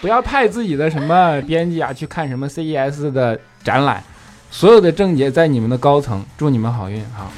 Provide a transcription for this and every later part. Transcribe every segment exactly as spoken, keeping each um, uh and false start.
不要派自己的什么编辑啊去看什么 C E S 的展览，所有的症结在你们的高层，祝你们好运哈。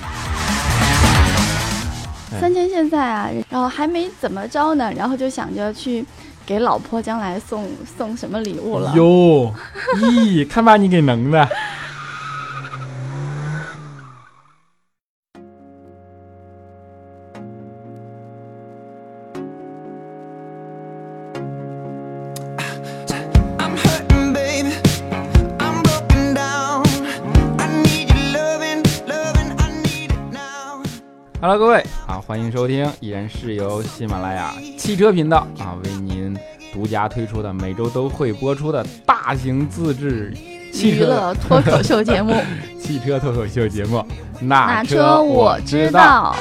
三千现在啊，然后还没怎么着呢，然后就想着去给老婆将来送送什么礼物了。 哟，咦，看把你给能的。Hello， 各位啊，欢迎收听，依然是由喜马拉雅汽车频道啊为您独家推出的每周都会播出的大型自制汽车娱乐脱口秀节目， 汽车脱口秀节目， 哪车我知道。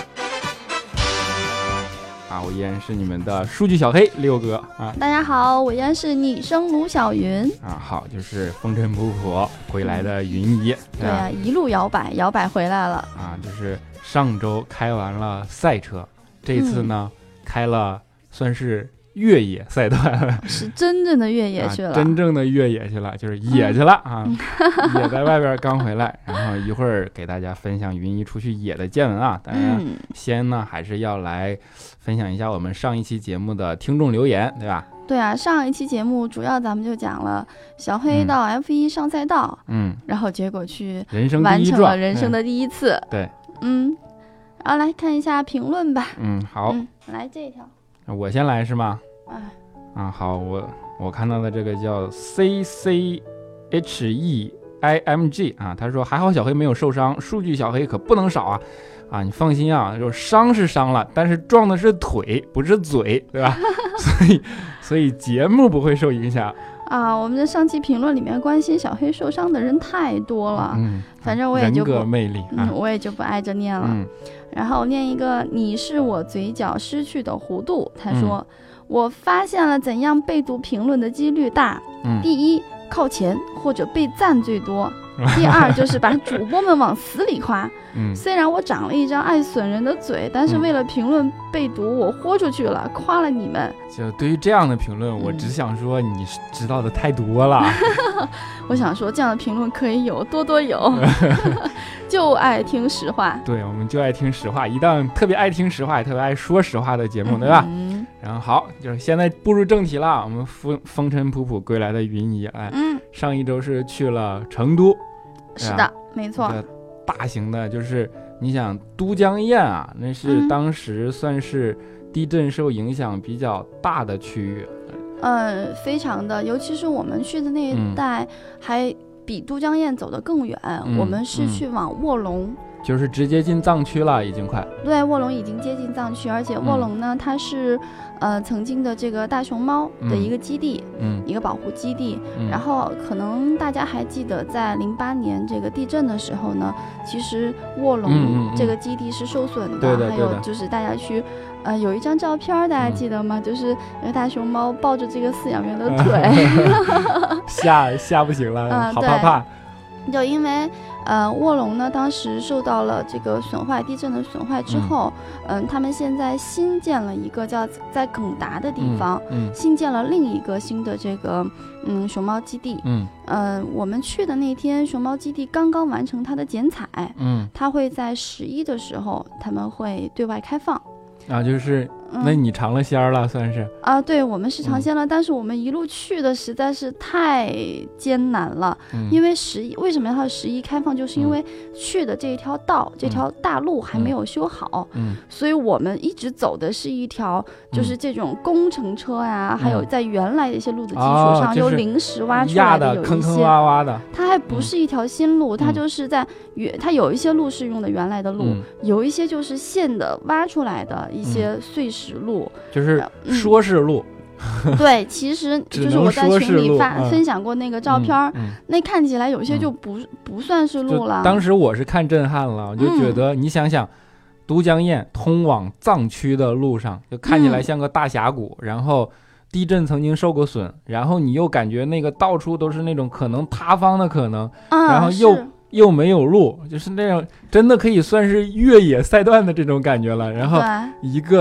啊，我依然是你们的数据小黑六哥啊。 大家好，我依然是拟声卢小云啊。好，就是风尘仆仆回来的云姨。 对啊，一路摇摆，摇摆回来了啊，就是。上周开完了赛车，这次呢、嗯、开了算是越野赛段， 是真正的越野去了、 啊、真正的越野去了，就是野去了、嗯、啊野在外边刚回来，然后一会儿给大家分享云姨出去野的见闻啊。当然先呢还是要来分享一下我们上一期节目的听众留言，对吧？ 对啊，上一期节目主要咱们就讲了小黑到 F 一 上赛道，嗯，然后结果去完成了人生的第一次， 对， 嗯，然后来看一下评论吧。 嗯，好， 嗯、来这一条， 我先来是吗？ 哎， 啊，好，我我看到的这个叫 C C H E I M G 啊，他说还好小黑没有受伤，数据小黑可不能少啊。啊，你放心啊，就伤是伤了，但是撞的是腿，不是嘴，对吧？所以，所以节目不会受影响啊。我们的上期评论里面关心小黑受伤的人太多了， 嗯， 反正我也就不人格魅力， 嗯，我也就不挨着念了。嗯、然后念一个，你是我嘴角失去的弧度。他说，嗯、我发现了怎样被读评论的几率大。嗯、第一，靠前或者被赞最多。第二就是把主播们往死里夸、嗯、虽然我长了一张爱损人的嘴，但是为了评论被读我豁出去了，夸了你们。 就对于这样的评论、嗯、我只想说你知道的太多了我想说这样的评论可以有多多有就爱听实话。 对，我们就爱听实话，一档特别爱听实话也特别爱说实话的节目、嗯、对吧？然后好，就是现在步入正题了，我们风风尘仆仆归来的云姨，哎，嗯，上一周是去了成都。 是的，没错， 大型的，就是你想都江堰啊，那是当时算是地震受影响比较大的区域。 嗯，呃、非常的，尤其是我们去的那一带，还比都江堰走得更远。嗯、我们是去往卧龙。嗯就是直接进藏区了，已经快。 对，卧龙已经接近藏区，而且卧龙呢，嗯、它是呃曾经的这个大熊猫的一个基地，嗯，一个保护基地。嗯、然后可能大家还记得，在零八年这个地震的时候呢，其实卧龙这个基地是受损的。 对的， 还有就是大家去，呃，有一张照片大家记得吗？嗯、就是大熊猫抱着这个饲养员的腿， 吓吓不行了，嗯、好怕怕。 就因为呃卧龙呢当时受到了这个损坏，地震的损坏之后，嗯、呃，他们现在新建了一个叫在耿达的地方，嗯，嗯新建了另一个新的这个嗯熊猫基地，嗯，呃，我们去的那天熊猫基地刚刚完成它的剪彩，嗯，它会在十一的时候他们会对外开放。 啊，就是那你尝了鲜了、嗯、算是啊，对，我们是尝鲜了、嗯、但是我们一路去的实在是太艰难了、嗯、因为十一为什么要十一开放，就是因为去的这一条道、嗯、这条大路还没有修好、嗯、所以我们一直走的是一条就是这种工程车呀、嗯、还有在原来的一些路的基础上、哦、又临时挖出来的有一些坑坑洼洼的， 它还不是一条新路、嗯、它就是在它有一些路是用的原来的路、嗯、有一些就是现的挖出来的一些碎石路、 嗯、就是说是路、 嗯、对，其实就是我在群里发、嗯、分享过那个照片、嗯嗯、那看起来有些就不、嗯、不算是路了。 当时我是看震撼了，我就觉得、嗯、你想想都江堰通往藏区的路上就看起来像个大峡谷、嗯、然后地震曾经受过损，然后你又感觉那个到处都是那种可能塌方的可能、嗯、然后又又没有路，就是那种真的可以算是越野赛段的这种感觉了。然后一个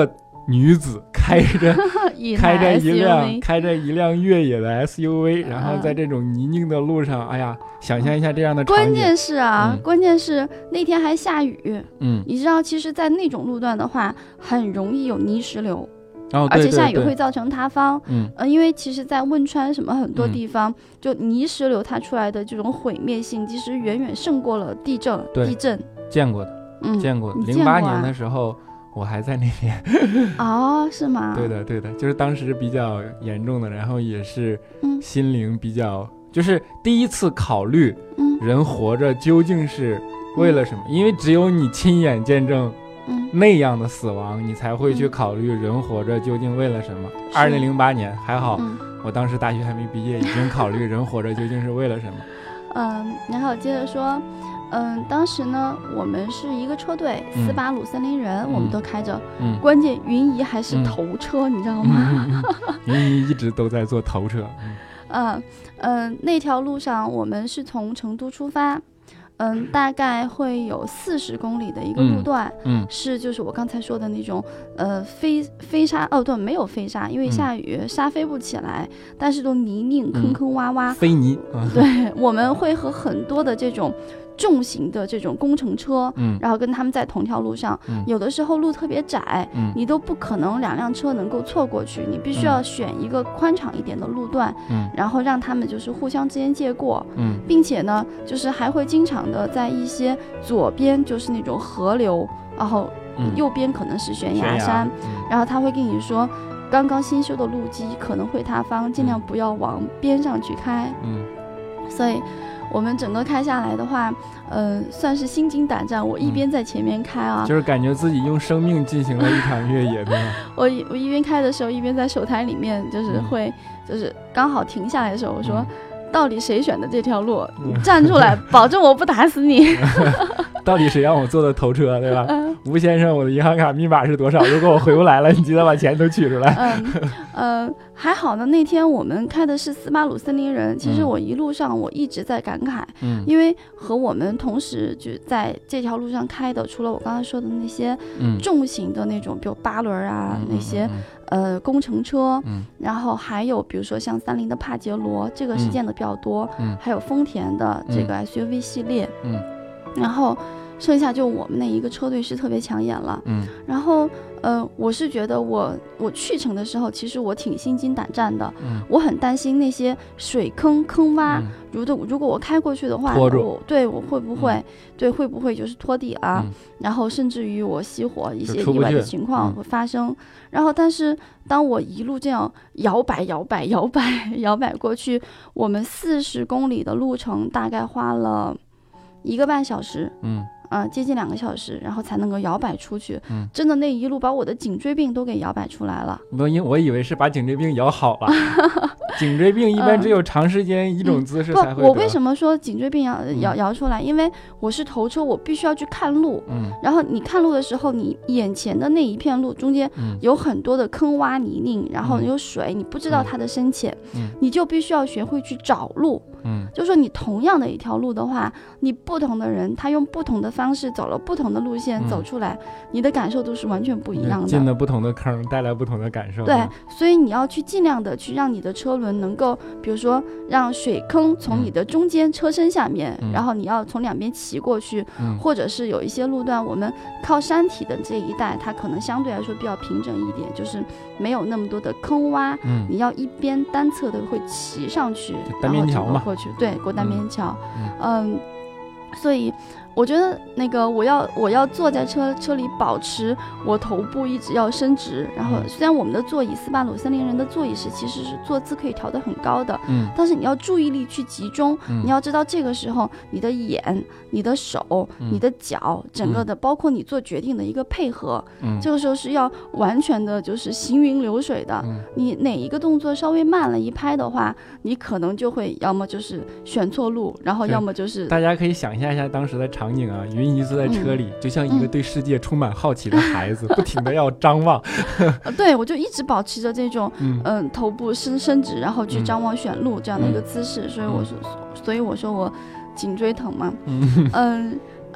女子开着开着一辆开着一辆越野的 S U V， 然后在这种泥泞的路上，哎呀，想象一下这样的场景。 关键是啊，嗯、关键是那天还下雨。 嗯， 你知道，其实，在那种路段的话，很容易有泥石流。 哦、 而且下雨会造成塌方。 嗯， 呃，因为其实，在汶川什么很多地方，嗯、就泥石流它出来的这种毁灭性，其实远远胜过了地震。地震见过的， 嗯， 见过的。 零八年的时候。我还在那边哦，是吗？ 对的对的，就是当时比较严重的，然后也是心灵比较、嗯、就是第一次考虑人活着究竟是为了什么、嗯、因为只有你亲眼见证那样的死亡、嗯、你才会去考虑人活着究竟为了什么。二零零八年还好、嗯、我当时大学还没毕业，已经考虑人活着究竟是为了什么。 嗯，然后接着说嗯，当时呢，我们是一个车队，斯巴鲁森林人，嗯、我们都开着。嗯，关键云姨还是头车，嗯、你知道吗？ 嗯嗯嗯、云姨一直都在坐头车。 嗯嗯，那条路上我们是从成都出发，嗯，大概会有四十公里的一个路段， 嗯，嗯是就是我刚才说的那种，呃，飞飞沙，哦，对，没有飞沙，因为下雨，嗯、沙飞不起来，但是都泥泞，坑坑洼洼， 嗯、飞泥。 嗯、对，我们会和很多的这种。重型的这种工程车， 嗯， 然后跟他们在同条路上， 嗯， 有的时候路特别窄， 嗯， 你都不可能两辆车能够错过去，你必须要选一个宽敞一点的路段， 嗯， 然后让他们就是互相之间借过， 嗯， 并且呢，就是还会经常的在一些左边就是那种河流，然后右边可能是悬崖山， 嗯、 然后他会跟你说，刚刚新修的路基可能会塌方，尽量不要往边上去开， 嗯， 所以。我们整个开下来的话，呃，算是心惊胆战。我一边在前面开啊， 嗯、就是感觉自己用生命进行了一场越野，对吧？ 我我一边开的时候，一边在手台里面，就是会，嗯、就是刚好停下来的时候，我说，嗯、到底谁选的这条路？你站出来，保证我不打死你。 到底谁让我坐的头车，对吧？嗯、吴先生，我的银行卡密码是多少？如果我回不来了，你记得把钱都取出来。 嗯，呃，还好呢。那天我们开的是斯巴鲁森林人，其实我一路上我一直在感慨， 嗯， 因为和我们同时就在这条路上开的，除了我刚才说的那些重型的那种，比如八轮啊、 嗯、 那些呃工程车， 嗯， 然后还有比如说像三菱的帕杰罗，这个是见的比较多， 嗯， 还有丰田的这个 S U V 系列， 嗯， 然后。剩下就我们那一个车队是特别抢眼了， 嗯， 然后呃，我是觉得我我去程的时候，其实我挺心惊胆战的， 嗯， 我很担心那些水坑坑洼， 嗯、 如果如果我开过去的话， 拖住我对我会不会、嗯、对会不会就是拖地啊、 嗯， 然后甚至于我熄火，一些意外的情况会发生。然后，但是当我一路这样摇摆摇摆摇摆摇摆过去，我们四十公里的路程大概花了一个半小时， 嗯。 呃，接近两个小时，然后才能够摇摆出去。 嗯， 真的那一路把我的颈椎病都给摇摆出来了。 我因我以为是把颈椎病摇好了。颈椎病一般只有长时间一种姿势才会得、 嗯、不，我为什么说颈椎病摇摇摇出来？因为我是头车，我必须要去看路。 嗯， 然后你看路的时候，你眼前的那一片路中间有很多的坑洼泥泞，然后有水，你不知道它的深浅， 嗯， 你就必须要学会去找路。 嗯， 就说你同样的一条路的话，你不同的人他用不同的方式走了不同的路线走出来，嗯、你的感受都是完全不一样的。 进了不同的坑，带来不同的感受。 对，所以你要去尽量的去让你的车轮能够，比如说让水坑从你的中间车身下面， 嗯、 然后你要从两边骑过去， 嗯、 或者是有一些路段我们靠山体的这一带，它可能相对来说比较平整一点，就是没有那么多的坑洼。 嗯， 你要一边单侧的会骑上去， 单边桥嘛， 过去，对，过单边桥。 嗯， 嗯，所以我觉得那个我要我要坐在车车里，保持我头部一直要伸直。然后虽然我们的座椅斯巴鲁森林人的座椅是其实是坐姿可以调得很高的， 嗯， 但是你要注意力去集中， 嗯、 你要知道这个时候你的眼、你的手、 嗯、 你的脚，整个的、嗯、包括你做决定的一个配合， 嗯， 这个时候是要完全的就是行云流水的。 嗯、 你哪一个动作稍微慢了一拍的话，你可能就会要么就是选错路，然后要么就是大家可以想象一下当时的场景啊，云姨坐在车里、嗯、就像一个对世界充满好奇的孩子、嗯、不停的要张望对，我就一直保持着这种嗯、呃、头部伸伸直，然后去张望选路这样的一个姿势、嗯、所以我说所以我说我颈椎疼嘛。 嗯嗯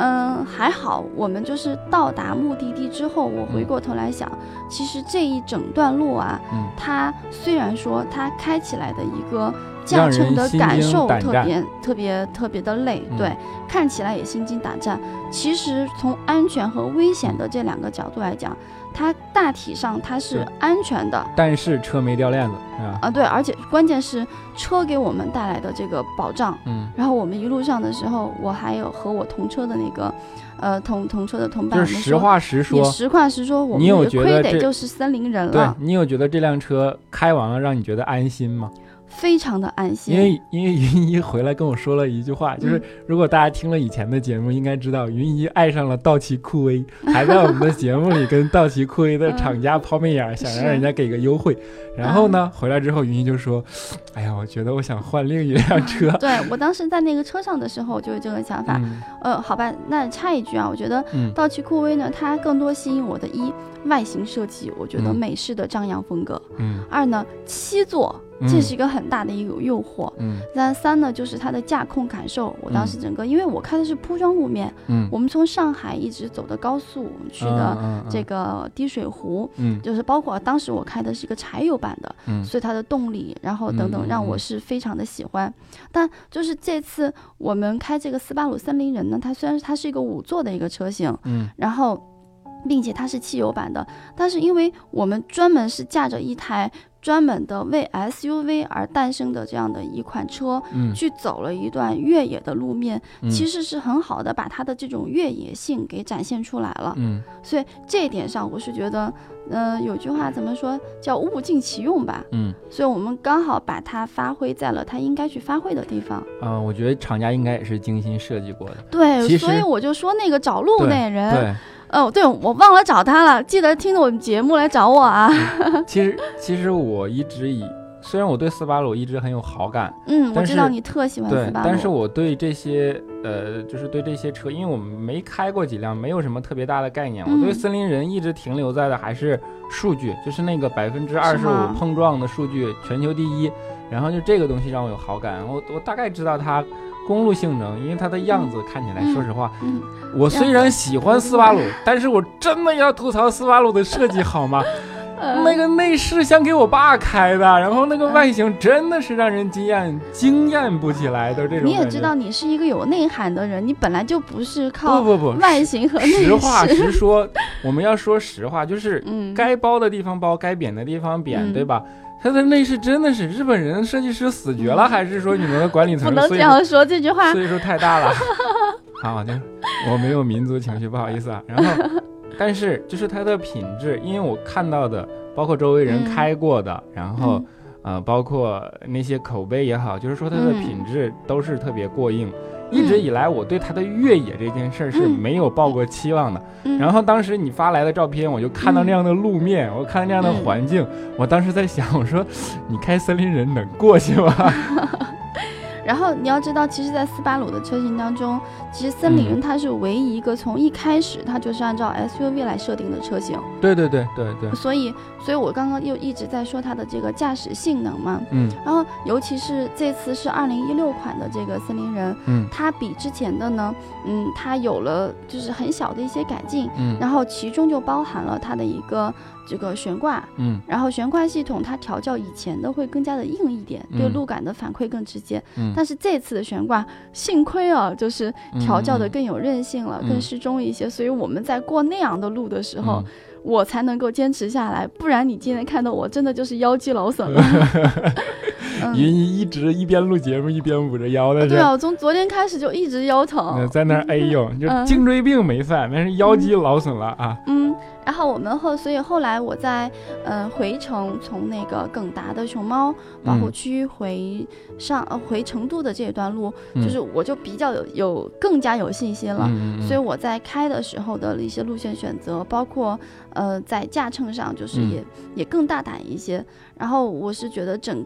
嗯，还好，我们就是到达目的地之后，我回过头来想，嗯、其实这一整段路啊，嗯、它虽然说它开起来的一个驾乘的感受特别特别特别的累，嗯、对，看起来也心惊胆战。其实从安全和危险的这两个角度来讲，它大体上它是安全的， 但是车没掉链子啊， 啊对，而且关键是车给我们带来的这个保障。嗯，然后我们一路上的时候，我还有和我同车的那个，呃，同同车的同伴， 就是实话实说， 也实话实说，我们也亏得就是森林人了。 对，你有觉得这辆车开完了让你觉得安心吗？ 非常的安心， 因为因为云姨回来跟我说了一句话，就是如果大家听了以前的节目，应该知道云姨爱上了道奇酷威，还在我们的节目里跟道奇酷威的厂家抛媚眼，想让人家给个优惠。然后呢，回来之后云姨就说：“哎呀，我觉得我想换另一辆车。” 对，我当时在那个车上的时候就有这个想法。嗯、呃，好吧，那插一句啊，我觉得道奇酷威呢，它更多吸引我的一外形设计，我觉得美式的张扬风格。嗯。二呢，七座。这是一个很大的一个诱惑。嗯，那三呢，就是它的驾控感受。我当时整个，嗯、因为我开的是铺装路面，嗯，我们从上海一直走的高速去的这个滴水湖，嗯，就是包括当时我开的是一个柴油版的，嗯，所以它的动力，然后等等，让我是非常的喜欢。嗯、但就是这次我们开这个斯巴鲁森林人呢，它虽然它是一个五座的一个车型，嗯，然后并且它是汽油版的，但是因为我们专门是驾着一台专门的为 S U V 而诞生的这样的一款车，嗯，去走了一段越野的路面，嗯、其实是很好的把它的这种越野性给展现出来了。嗯，所以这一点上我是觉得，呃，有句话怎么说叫物尽其用吧。嗯，所以我们刚好把它发挥在了它应该去发挥的地方。 嗯、呃，我觉得厂家应该也是精心设计过的。 对，所以我就说那个找路那人。 对。 哦，对，我忘了找他了，记得听着我们节目来找我啊。 嗯、其实，其实我一直以，虽然我对斯巴鲁一直很有好感， 嗯，我知道你特喜欢斯巴鲁， 对，但是我对这些，呃，就是对这些车，因为我们没开过几辆，没有什么特别大的概念。嗯、我对森林人一直停留在的还是数据，就是那个百分之二十五碰撞的数据，全球第一。然后就这个东西让我有好感，我我大概知道它。公路性能，因为它的样子看起来，嗯、说实话，嗯，我虽然喜欢斯巴鲁，嗯、但是我真的要吐槽斯巴鲁的设计好吗？嗯、那个内饰像给我爸开的，然后那个外形真的是让人惊艳，惊艳不起来的这种。 你也知道，你是一个有内涵的人，你本来就不是靠不不不外形和内饰。 实话实说，我们要说实话，就是该包的地方包，该扁的地方扁，嗯、对吧？它的内饰真的是日本人设计师死绝了，嗯、还是说你们的管理层不能这样说这句话， 岁数太大了？好，就我没有民族情绪，不好意思啊。然后，但是就是它的品质，因为我看到的，包括周围人开过的，嗯、然后、嗯、呃，包括那些口碑也好，就是说它的品质都是特别过硬。嗯一直以来我对他的越野这件事是没有抱过期望的、嗯、然后当时你发来的照片我就看到那样的路面、嗯、我看到那样的环境、嗯、我当时在想，我说你开森林人能过去吗？ 然后你要知道，其实在斯巴鲁的车型当中，其实森林人它是唯一一个从一开始它就是按照 S U V 来设定的车型。 对对对对对。 所以，所以我刚刚又一直在说它的这个驾驶性能嘛。嗯。然后，尤其是这次是二零一六款的这个森林人，嗯，它比之前的呢，嗯，它有了就是很小的一些改进，嗯，然后其中就包含了它的一个这个悬挂，嗯，然后悬挂系统它调教以前的会更加的硬一点，对路感的反馈更直接，嗯，但是这次的悬挂幸亏啊，就是调教的更有韧性了，嗯、更适中一些，所以我们在过那样的路的时候。嗯我才能够坚持下来，不然你今天看到我真的就是腰肌劳损了。 云姨一直一边录节目一边捂着腰的。 对啊，我从昨天开始就一直腰疼， 在那儿哎呦，就颈椎病没犯，但是腰肌劳损了啊。 嗯，然后我们后，所以后来我在嗯、呃、回程从那个耿达的熊猫保护区回上、嗯、呃回成都的这段路，嗯、就是我就比较有有更加有信心了，嗯嗯、所以我在开的时候的一些路线选择，包括呃在驾乘上就是也、嗯、也更大胆一些。然后我是觉得整个我们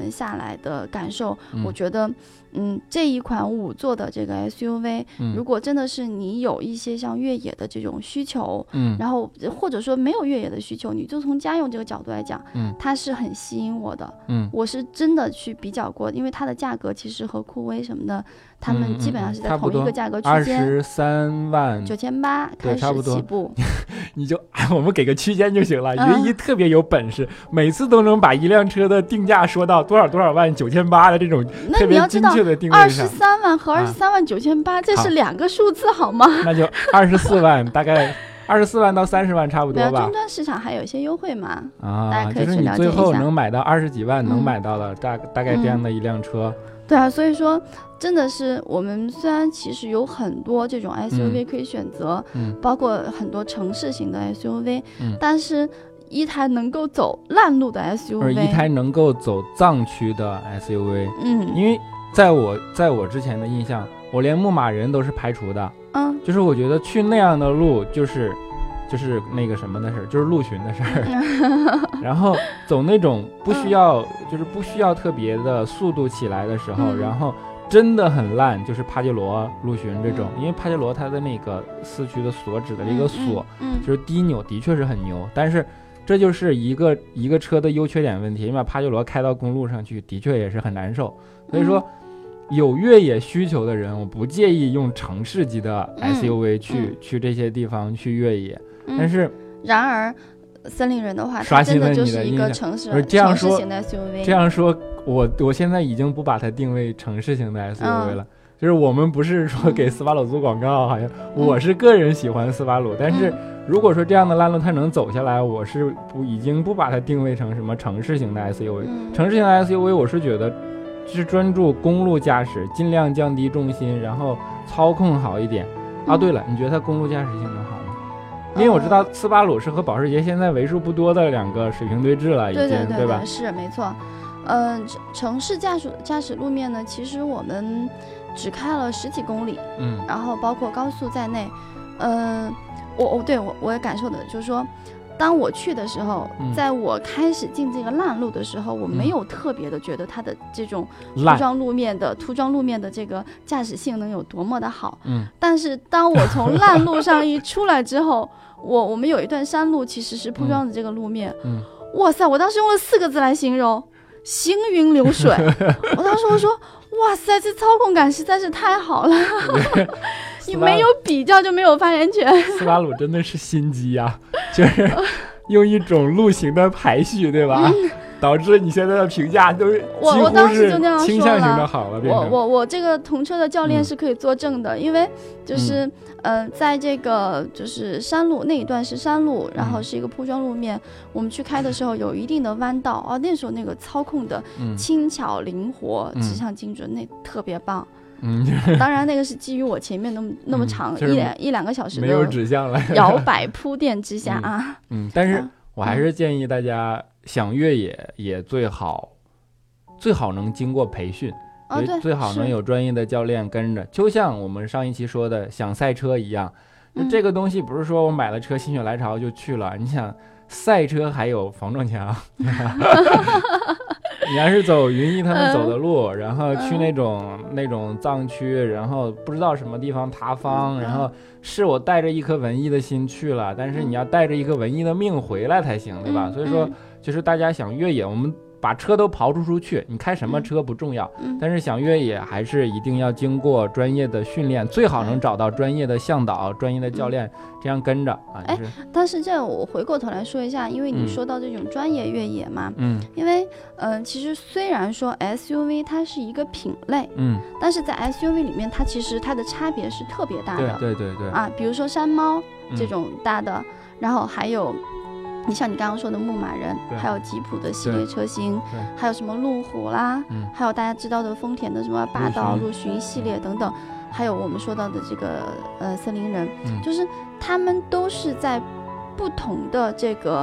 们下来的感受， 嗯、 我觉得嗯这一款五座的这个 S U V、嗯、如果真的是你有一些像越野的这种需求， 嗯， 然后或者说没有越野的需求，你就从家用这个角度来讲， 嗯， 它是很吸引我的， 嗯， 我是真的去比较过，因为它的价格其实和酷威什么的，他们基本上是在同一个价格区间， 二十三万九千八开始起步。 你就我们给个区间就行了。云一特别有本事、嗯，每次都能把一辆车的定价说到多少多少万九千八的这种特别精确的定位上。 二十三万和二十三万九千八，这是两个数字好吗？ 那就二十四万，大概二十四万到三十万差不多吧。 终端市场还有一些优惠嘛？ 啊， 大家可以去了解一下。 就是你最后能买到二十几万能买到的大、嗯、大概这样的一辆车。 嗯对啊，所以说真的是我们虽然其实有很多这种 S U V 可以选择， 嗯， 包括很多城市型的 S U V， 嗯， 但是一台能够走烂路的 S U V， 一台能够走藏区的 S U V， 嗯， 因为在我在我之前的印象，我连牧马人都是排除的， 嗯， 就是我觉得去那样的路就是就是那个什么的事儿，就是陆巡的事儿，然后走那种不需要、嗯、就是不需要特别的速度起来的时候、嗯、然后真的很烂，就是帕杰罗陆巡这种、嗯、因为帕杰罗它的那个四驱的锁止的一个锁、 嗯嗯、 就是低扭的确是很牛，但是这就是一个一个车的优缺点问题，因为帕杰罗开到公路上去的确也是很难受，所以说、嗯、有越野需求的人我不介意用城市级的 S U V 去、嗯、去这些地方去越野，但是、 嗯、然而森林人的话它真的就是一个城市这样说城市型的 S U V， 这样说我我现在已经不把它定位城市型的 S U V 了、嗯、就是我们不是说给斯巴鲁做广告、嗯、好像我是个人喜欢斯巴鲁、嗯、但是如果说这样的烂路它能走下来，我是不已经不把它定位成什么城市型的 S U V、嗯、城市型的 S U V 我是觉得是专注公路驾驶，尽量降低重心，然后操控好一点、嗯、啊对了，你觉得它公路驾驶性能好吗？因为我知道斯巴鲁是和保时捷现在为数不多的两个水平对峙了，已经对, 对, 对, 对吧？ 是没错。嗯、呃，城市驾驶驾驶路面呢，其实我们只开了十几公里， 嗯， 然后包括高速在内，嗯、呃，我我对我我也感受的就是说，当我去的时候、嗯，在我开始进这个烂路的时候，我没有特别的觉得它的这种涂装路面的涂装路面的这个驾驶性能有多么的好， 嗯， 但是当我从烂路上一出来之后，我我们有一段山路其实是铺装的这个路面， 嗯， 哇塞，我当时用了四个字来形容。行云流水我当时我说哇塞，这操控感实在是太好了你没有比较就没有发言权。 斯巴鲁真的是心机啊，就是用一种路型的排序，对吧、嗯、导致你现在的评价都是几乎是倾向型的好了。 我我我这个同车的教练是可以作证的、嗯、因为就是嗯、呃，在这个就是山路那一段是山路，然后是一个铺装路面、嗯、我们去开的时候有一定的弯道哦，那时候那个操控的轻巧灵活、嗯、指向精准，那特别棒。 嗯， 当然那个是基于我前面那么那么长、嗯就是、一两一两个小时的没有指向了摇摆铺垫之下啊。 嗯，但是我还是建议大家想越野也最好、嗯、最好能经过培训。 哦、对， 最好能有专业的教练跟着，就像我们上一期说的想赛车一样、嗯、这个东西不是说我买了车心血来潮就去了，你想赛车还有防撞墙你要是走云一他们走的路、嗯、然后去那种、嗯、那种藏区，然后不知道什么地方塌方、嗯、然后是我带着一颗文艺的心去了，但是你要带着一颗文艺的命回来才行，对吧、嗯、所以说就是大家想越野，我们把车都刨出出去，你开什么车不重要、嗯、但是想越野还是一定要经过专业的训练，最好能找到专业的向导、专业的教练、嗯、这样跟着啊。 哎、就是，但是这我回过头来说一下，因为你说到这种专业越野嘛， 嗯， 因为嗯、呃，其实虽然说 S U V 它是一个品类， 嗯， 但是在 S U V 里面它其实它的差别是特别大的， 对对对对啊，比如说山猫这种大的，嗯、然后还有。你像你刚刚说的牧马人，还有吉普的系列车型，还有什么路虎啦、 嗯， 还有大家知道的丰田的什么霸道陆巡系列等等，还有我们说到的这个呃森林人、 嗯， 就是他们都是在不同的这个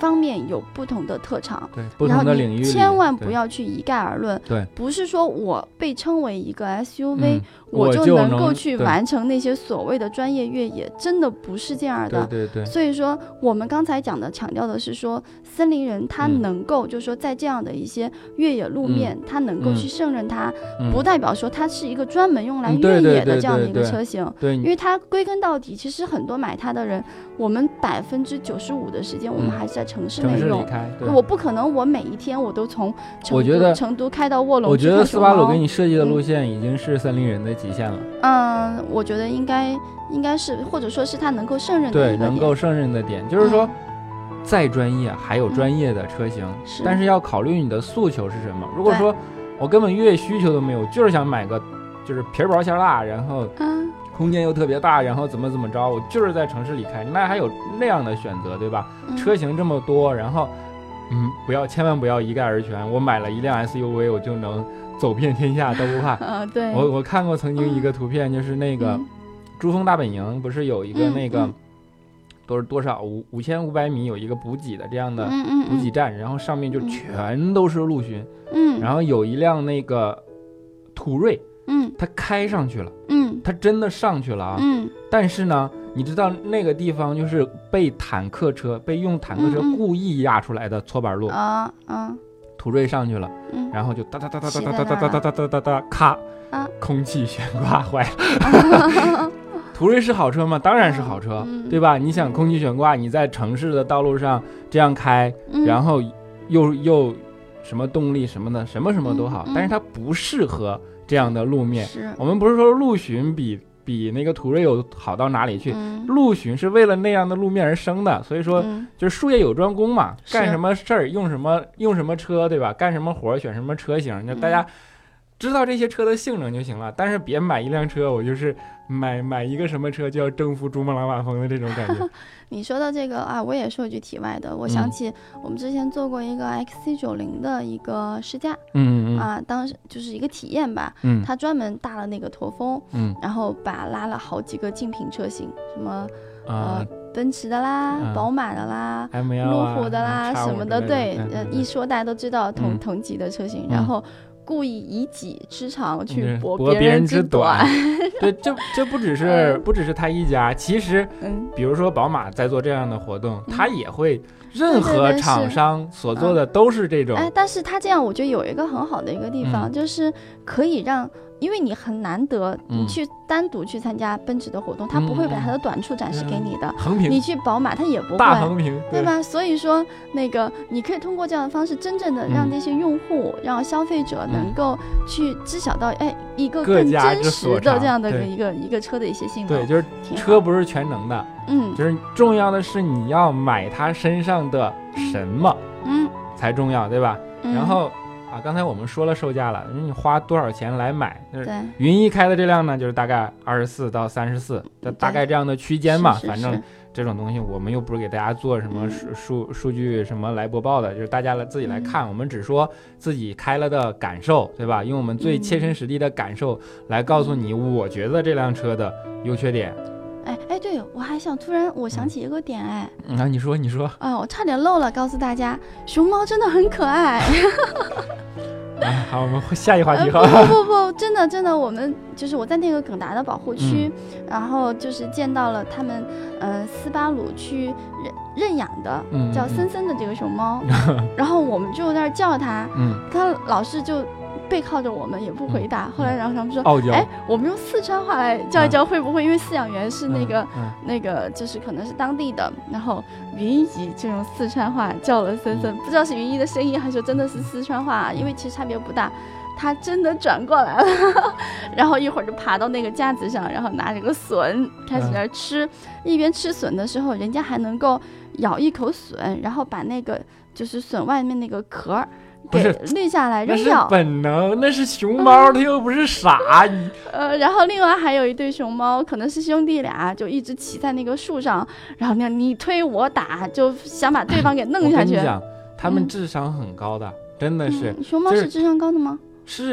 方面有不同的特长， 对，不同的领域里， 千万不要去一概而论。 对， 不是说我被称为一个 S U V，、嗯、 我就能够去完成那些所谓的专业越野，真的不是这样的。 对对对。 所以说，我们刚才讲的强调的是说，森林人他能够，就是说在这样的一些越野路面，嗯、他能够去胜任它，嗯、不代表说它是一个专门用来越野的这样的一个车型。 对，对对对对对， 因为它归根到底，其实很多买它的人，我们百分之九十五的时间，我们还是在城市内用。 嗯、 我不可能，我每一天我都从成我觉得成都开到卧龙。 我觉得斯巴鲁给你设计的路线已经是森林人的极限了。 嗯，嗯我觉得应该应该是，或者说是他能够胜任的一个点。 对，能够胜任的点，就是说，嗯、再专业还有专业的车型，嗯、是但是要考虑你的诉求是什么。如果说我根本越野需求都没有，就是想买个就是皮薄馅辣，然后空间又特别大，然后怎么怎么着，我就是在城市里开，那还有那样的选择，对吧？嗯、车型这么多，然后嗯，不要千万不要一概而全。我买了一辆 S U V， 我就能走遍天下都不怕。 啊，对。 我我看过曾经一个图片，嗯、就是那个珠峰大本营不是有一个那个。嗯嗯多多少五五千五百米有一个补给的这样的补给站，嗯嗯嗯然后上面就全都是陆巡，嗯，然后有一辆那个途锐，嗯，它开上去了，嗯，它真的上去了啊，嗯，但是呢，你知道那个地方就是被坦克车被用坦克车故意压出来的搓板路啊啊，途锐上去了，嗯，然后就哒哒哒哒哒哒哒哒哒哒哒哒哒，咔，啊，空气悬挂坏了。途锐是好车吗？当然是好车，嗯、对吧？你想空气悬挂，你在城市的道路上这样开，嗯、然后又又什么动力什么的，什么什么都好，嗯、但是它不适合这样的路面。我们不是说陆巡比比那个途锐有好到哪里去，嗯、陆巡是为了那样的路面而生的，所以说、嗯、就是术业有专攻嘛，干什么事儿用什么用什么车，对吧？干什么活选什么车型，就大家。知道这些车的性能就行了，但是别买一辆车，我就是买买一个什么车就要征服珠穆朗玛峰的这种感觉。 你说到这个啊，我也说一句题外的，我想起我们之前做过一个 X C 九十 的一个试驾，嗯嗯啊，当时就是一个体验吧，嗯，他专门搭了那个驼峰，嗯，然后把拉了好几个竞品车型，什么呃。奔驰的啦，嗯、宝马的啦， 啊、 路虎的啦，什么的，对，呃，一说大家都知道同、嗯、同级的车型，然后故意以己之长去博别人之短。 对，这这不只是、嗯、不只是他一家，其实，嗯，比如说宝马在做这样的活动，嗯、他也会。任何厂商所做的都是这种， 哎，但是他这样我觉得有一个很好的一个地方，嗯、就是可以让，因为你很难得，你去单独去参加奔驰的活动，嗯、他不会把他的短处展示给你的， 嗯、横屏， 你去宝马他也不会， 大横屏， 对吧？所以说那个你可以通过这样的方式，真正的让这些用户，嗯、让消费者能够去知晓到，哎，一个更真实的这样的一个一个车的一些性能， 对，就是车不是全能的。嗯，就是重要的是你要买它身上的什么，嗯，才重要，对吧？嗯、然后啊，刚才我们说了售价了，你花多少钱来买？就是云一开的这辆呢，就是大概二十四到三十四，大概这样的区间嘛。反正这种东西我们又不是给大家做什么数数数据什么来播报的，就是大家来自己来看，嗯、我们只说自己开了的感受，对吧？用我们最切身实地的感受来告诉你，我觉得这辆车的优缺点。 哎哎，对，我还想突然我想起一个点，哎， 嗯、啊，你说你说， 啊，我差点漏了，告诉大家，熊猫真的很可爱。 哎，好，我们下一话题。 呃、不不不不，真的真的，我们就是我在那个耿达的保护区，嗯、然后就是见到了他们，呃，斯巴鲁去认认养的，嗯、叫森森的这个熊猫，嗯、然后我们就在那儿叫它，嗯、它老是就。背靠着我们也不回答，嗯、后来然后他们说，哎，我们用四川话来叫一叫会不会？因为饲养员是那个、嗯嗯、那个就是可能是当地的，然后云一就用四川话叫了森森，嗯、不知道是云一的声音还是真的是四川话，因为其实差别不大。他真的转过来了，然后一会儿就爬到那个架子上，然后拿着个笋开始在那吃，嗯、一边吃笋的时候，人家还能够咬一口笋，然后把那个就是笋外面那个壳。给滤下来扔掉， 那是本能，那是熊猫，它、嗯、又不是傻。 呃，然后另外还有一对熊猫，可能是兄弟俩，就一直骑在那个树上，然后那你推我打，就想把对方给弄下去。 我跟你讲，他们智商很高的，嗯、真的是、 嗯。熊猫是智商高的吗？ 是啊，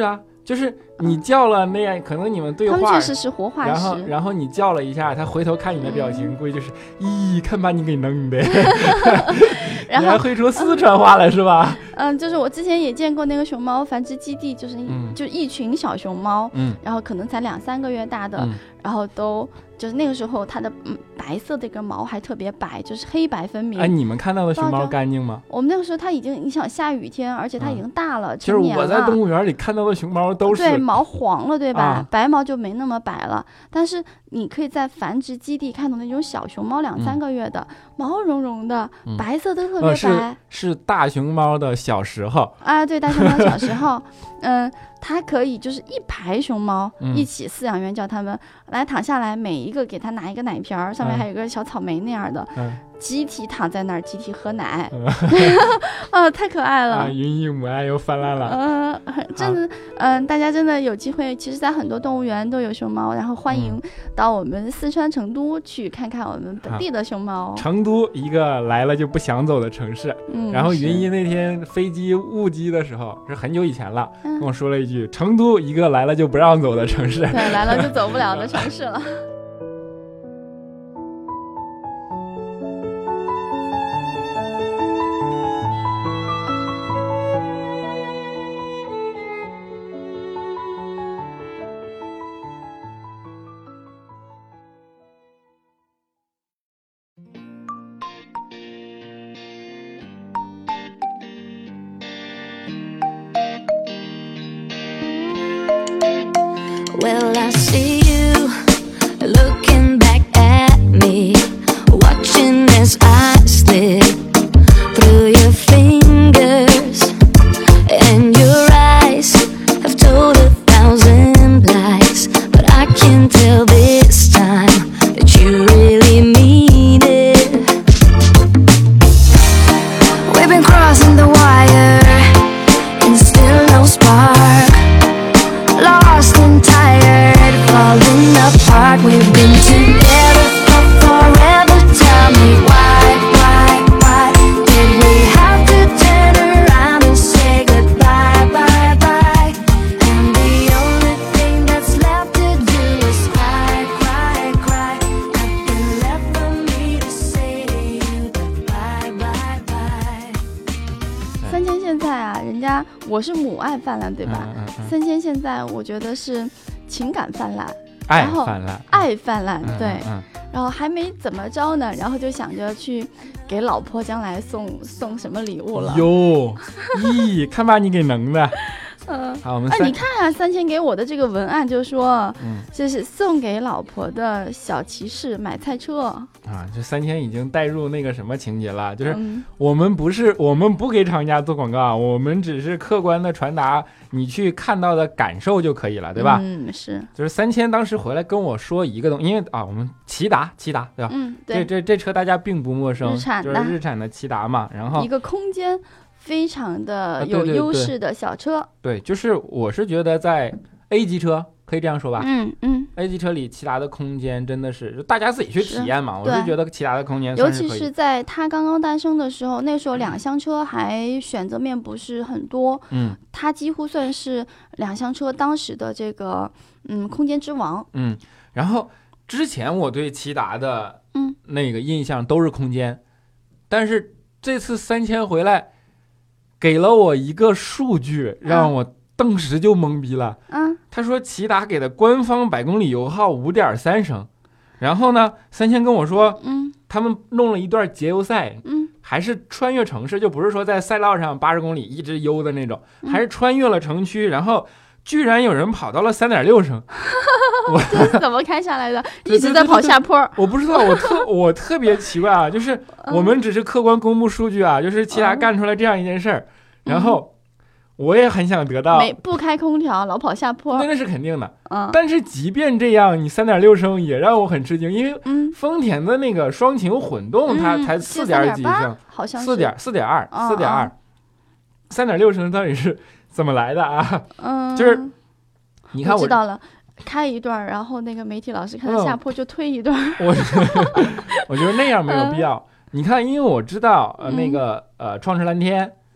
就是你叫了那样，可能你们对话， 他们确实是活化石。 然后，然后你叫了一下，他回头看你的表情，嗯、估计就是，咦，看把你给弄的。 然后你还会说四川话了是吧？ 嗯，就是我之前也见过那个熊猫繁殖基地，就是、嗯、就一群小熊猫， 嗯， 然后可能才两三个月大的， 嗯、 然后都就是那个时候它的、嗯、白色的一个毛还特别白，就是黑白分明。 哎，你们看到的熊猫干净吗？ 我们那个时候它已经，你想下雨天，而且它已经大了， 嗯、就是我在动物园里看到的熊猫都是对毛黄了，对吧？ 啊、 白毛就没那么白了，但是你可以在繁殖基地看到那种小熊猫两三个月的、嗯、毛茸茸的、嗯、白色的特别白、 呃、是, 是大熊猫的小时候啊，对，大熊猫小时候嗯，它可以就是一排熊猫、 嗯、 一起，饲养员叫他们来躺下来，每一个给他拿一个奶瓶，上面还有一个小草莓那样的、 嗯、 集体躺在那儿，集体喝奶、嗯、啊，太可爱了啊，云姨母爱又泛滥了。 嗯、呃，真的嗯、呃，大家真的有机会，其实在很多动物园都有熊猫，然后欢迎到我们四川成都去看看我们本地的熊猫、 啊、成都一个来了就不想走的城市。 嗯， 然后云姨那天飞机误机的时候是很久以前了、嗯、跟我说了一句，成都一个来了就不让走的城市。 对，来了就走不了的城市了。 Well, I see you looking back at me, watching as I slip through your fingers, and your eyes have told a thousand lies, but I can tell this time that you really mean it. We've been crossing the wire and still no spark.Lost and tired, falling apart. We've been together for forever. Tell me why, why, why did we have to turn around and say goodbye, bye, bye? And the only thing that's left to do is cry, cry, cry. Nothing left for me to say to you goodbye, bye, bye. 三千现在啊，人家我是母爱泛滥，对吧？ 嗯嗯嗯、 三千现在我觉得是情感泛滥， 爱泛滥， 爱泛滥，对、 嗯嗯。 然后还没怎么着呢，然后就想着去给老婆将来送送什么礼物了。 哟，咦，看把你给能的。 嗯， 好，我们哎、啊，你看啊，三千给我的这个文案就说， 嗯， 这是送给老婆的小骑士买菜车啊。这三千已经带入那个什么情节了，就是我们不是、嗯、我们不给厂家做广告，我们只是客观的传达你去看到的感受就可以了，对吧？ 嗯，是。 就是三千当时回来跟我说一个东西，因为啊，我们骐达，骐达对吧？ 嗯，对。 这这这车大家并不陌生， 日产的， 就是日产的骐达嘛。然后一个空间非常的有优势的小车、啊对对对，对，就是我是觉得在 A 级车可以这样说吧， 嗯嗯 ，A 级车里骐达的空间真的是，就大家自己去体验嘛。我是觉得骐达的空间尤其是在它刚刚诞生的时候，那时候两厢车还选择面不是很多， 嗯， 它几乎算是两厢车当时的这个嗯空间之王， 嗯。然后之前我对骐达的嗯那个印象都是空间，嗯、但是这次三千回来。给了我一个数据，让我顿时就懵逼了。 嗯， 他说骐达给的官方百公里油耗 五点三 升，然后呢，三千跟我说， 嗯， 他们弄了一段节油赛， 嗯， 还是穿越城市，就不是说在赛道上八十公里一直悠的那种， 嗯、 还是穿越了城区，然后居然有人跑到了 三点六 升。 我这是怎么开下来的？一直在跑下坡。 对对对对，我不知道，我特我特别奇怪啊，就是我们只是客观公布数据啊，就是骐达干出来这样一件事儿，嗯、然后我也很想得到， 没不开空调，老跑下坡， 那是肯定的。 嗯， 但是即便这样，你 三点六 升也让我很吃惊，因为丰田的那个双擎混动它才四点几升， 好像四点四点二，四点二，三点六升到底是怎么来的啊？ 嗯， 就是你看我知道了。开一段，然后那个媒体老师看到下坡就推一段。 嗯、我我觉得那样没有必要。嗯、你看，因为我知道呃、嗯、那个呃创驰蓝天，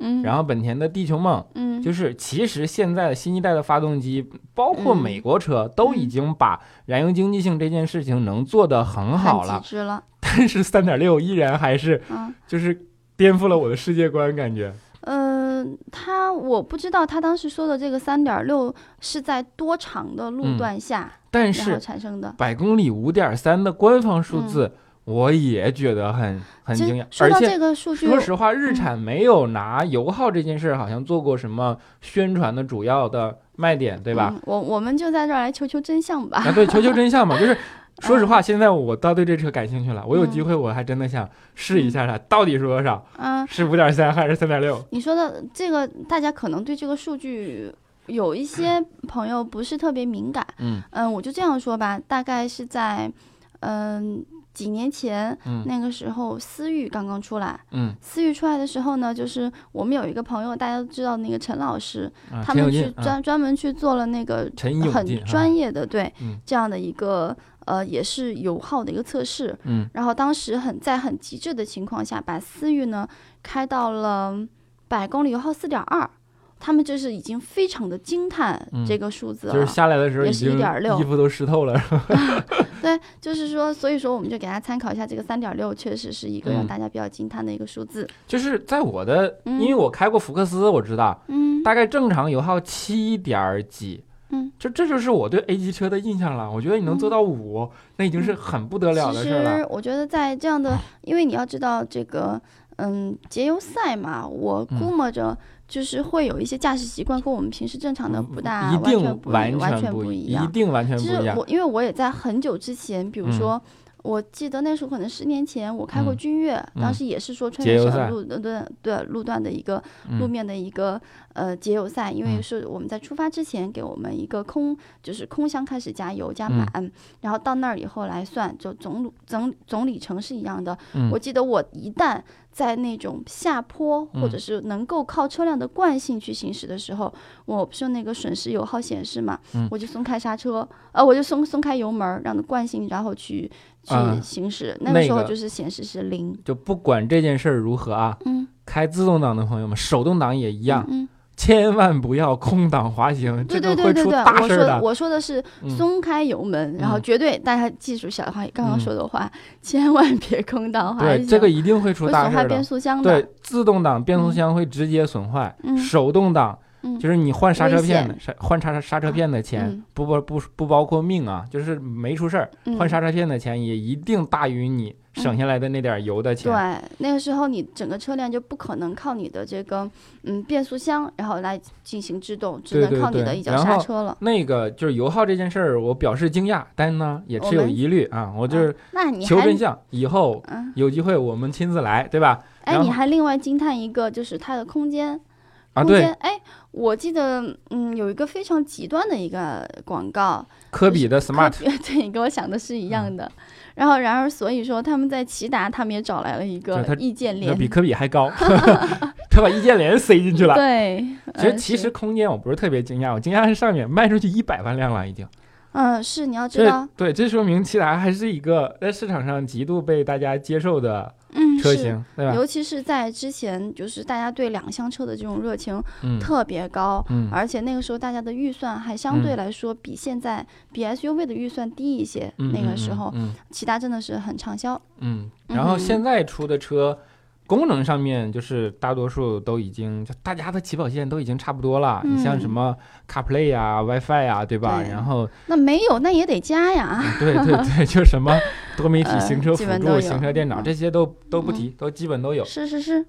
嗯， 然后本田的地球梦， 嗯， 就是其实现在新一代的发动机，包括美国车，都已经把燃油经济性这件事情能做得很好了， 很极致了。 但是 三点六 依然还是， 嗯， 就是颠覆了我的世界观，感觉。 呃，他我不知道他当时说的这个 三点六 是在多长的路段下， 嗯、但然是后产生的百公里 五点三 的官方数字。嗯，我也觉得很很惊讶， 说到这个数据， 说实话，日产没有拿油耗这件事好像做过什么宣传的主要的卖点，对吧？ 嗯、我我们就在这儿来求求真相吧。 啊，对，求求真相嘛，就是说实话，现在我倒对这车感兴趣了，我有机会我还真的想试一下它到底是多少， 嗯， 是 五点三 还是 三点六？ 你说的这个，大家可能对这个数据有一些朋友不是特别敏感， 嗯嗯，我就这样说吧，大概是在嗯。几年前、 嗯、 那个时候思域刚刚出来， 嗯， 思域出来的时候呢，就是我们有一个朋友，大家都知道那个陈老师， 啊、 他们去专、 啊、 专门去做了那个很专业的、啊、对、 嗯、 这样的一个呃也是油耗的一个测试， 嗯， 然后当时很在很极致的情况下，把思域呢开到了百公里油耗 四点二。他们就是已经非常的惊叹这个数字了、 嗯，就是下来的时候也是一点六， 衣服都湿透了。 对，就是说，所以说我们就给大家参考一下，这个 三点六 确实是一个让大家比较惊叹的一个数字。 嗯、就是在我的、 嗯， 因为我开过福克斯，我知道， 嗯， 大概正常油耗七点几， 嗯， 这这就是我对 A 级车的印象了。我觉得你能做到五、嗯，那已经是很不得了的事了。 其实我觉得在这样的，因为你要知道这个，嗯，节油赛嘛，我估摸着。嗯，就是会有一些驾驶习惯跟我们平时正常的不大， 一定完全不完全不一样， 一定完全不一样。 其实我因为我也在很久之前，比如说。嗯，我记得那时候可能十年前我开过君越、嗯，当时也是说穿越小路的对对路段的一个、嗯、路面的一个呃节油赛，因为是我们在出发之前给我们一个空就是空箱开始加油加满、嗯，然后到那儿以后来算，就总总总里程是一样的、 嗯。 我记得我一旦在那种下坡或者是能够靠车辆的惯性去行驶的时候，我不是那个损失油耗显示嘛、 嗯， 我就松开刹车，呃，我就松松开油门，让它惯性，然后去。去行驶、啊，那个时候就是显示是零、那个。就不管这件事儿如何啊， 嗯， 开自动挡的朋友们，手动挡也一样， 嗯，嗯千万不要空挡滑行， 对这个会出大事的。 对对对对，我说我说的是松开油门，嗯、然后绝对大家记住小话刚刚说的话、嗯，千万别空挡滑行。 对，这个一定会出大事的。 会损坏变速箱的。 对，自动挡变速箱会直接损坏， 嗯、 手动挡。 嗯、 就是你换刹车片的，换刹刹车片的钱、 嗯、 不不不不包括命啊，就是没出事儿、嗯，换刹车片的钱也一定大于你省下来的那点油的钱。 嗯、对，那个时候你整个车辆就不可能靠你的这个嗯变速箱，然后来进行制动，只能靠你的一脚刹车了。 对对对，那个就是油耗这件事儿，我表示惊讶，但呢也持有疑虑啊。我就是求真相，以后有机会我们亲自来，对吧？ 哎，你还另外惊叹一个，就是它的空间。 啊，对， 哎，我记得，嗯，有一个非常极端的一个广告， 科比的 Smart，、 就是、对，跟我想的是一样的。嗯、然后，然而，所以说他们在骐达，他们也找来了一个易建联， 比科比还高，他把易建联塞进去了。 对， 其实、呃、其实空间我不是特别惊讶，我惊讶是上面卖出去一百万辆了已经。 嗯，是你要知道， 对，这说明骐达还是一个在市场上极度被大家接受的车型， 嗯、 对吧？ 尤其是在之前，就是大家对两厢车的这种热情特别高， 嗯， 而且那个时候大家的预算还相对来说比现在、嗯、比 S U V 的预算低一些， 嗯、 那个时候， 嗯， 骐达真的是很畅销， 嗯，然后现在出的车。嗯功能上面就是大多数都已经，就大家的起跑线都已经差不多了。 嗯、 你像什么 CarPlay 啊、WiFi 啊，对吧？ 对然后那没有，那也得加呀。 嗯、对对对，就什么多媒体行车辅助、 呃、 行车电脑、 嗯、 这些都都不提、嗯，都基本都有。 是是是。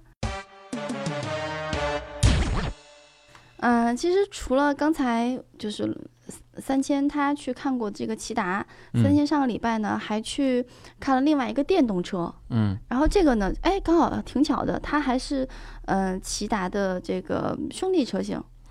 嗯、呃，其实除了刚才就是三千他去看过这个骐达， 嗯、 三千上个礼拜呢还去看了另外一个电动车， 嗯， 然后这个呢，哎，刚好挺巧的，他还是呃骐达的这个兄弟车型。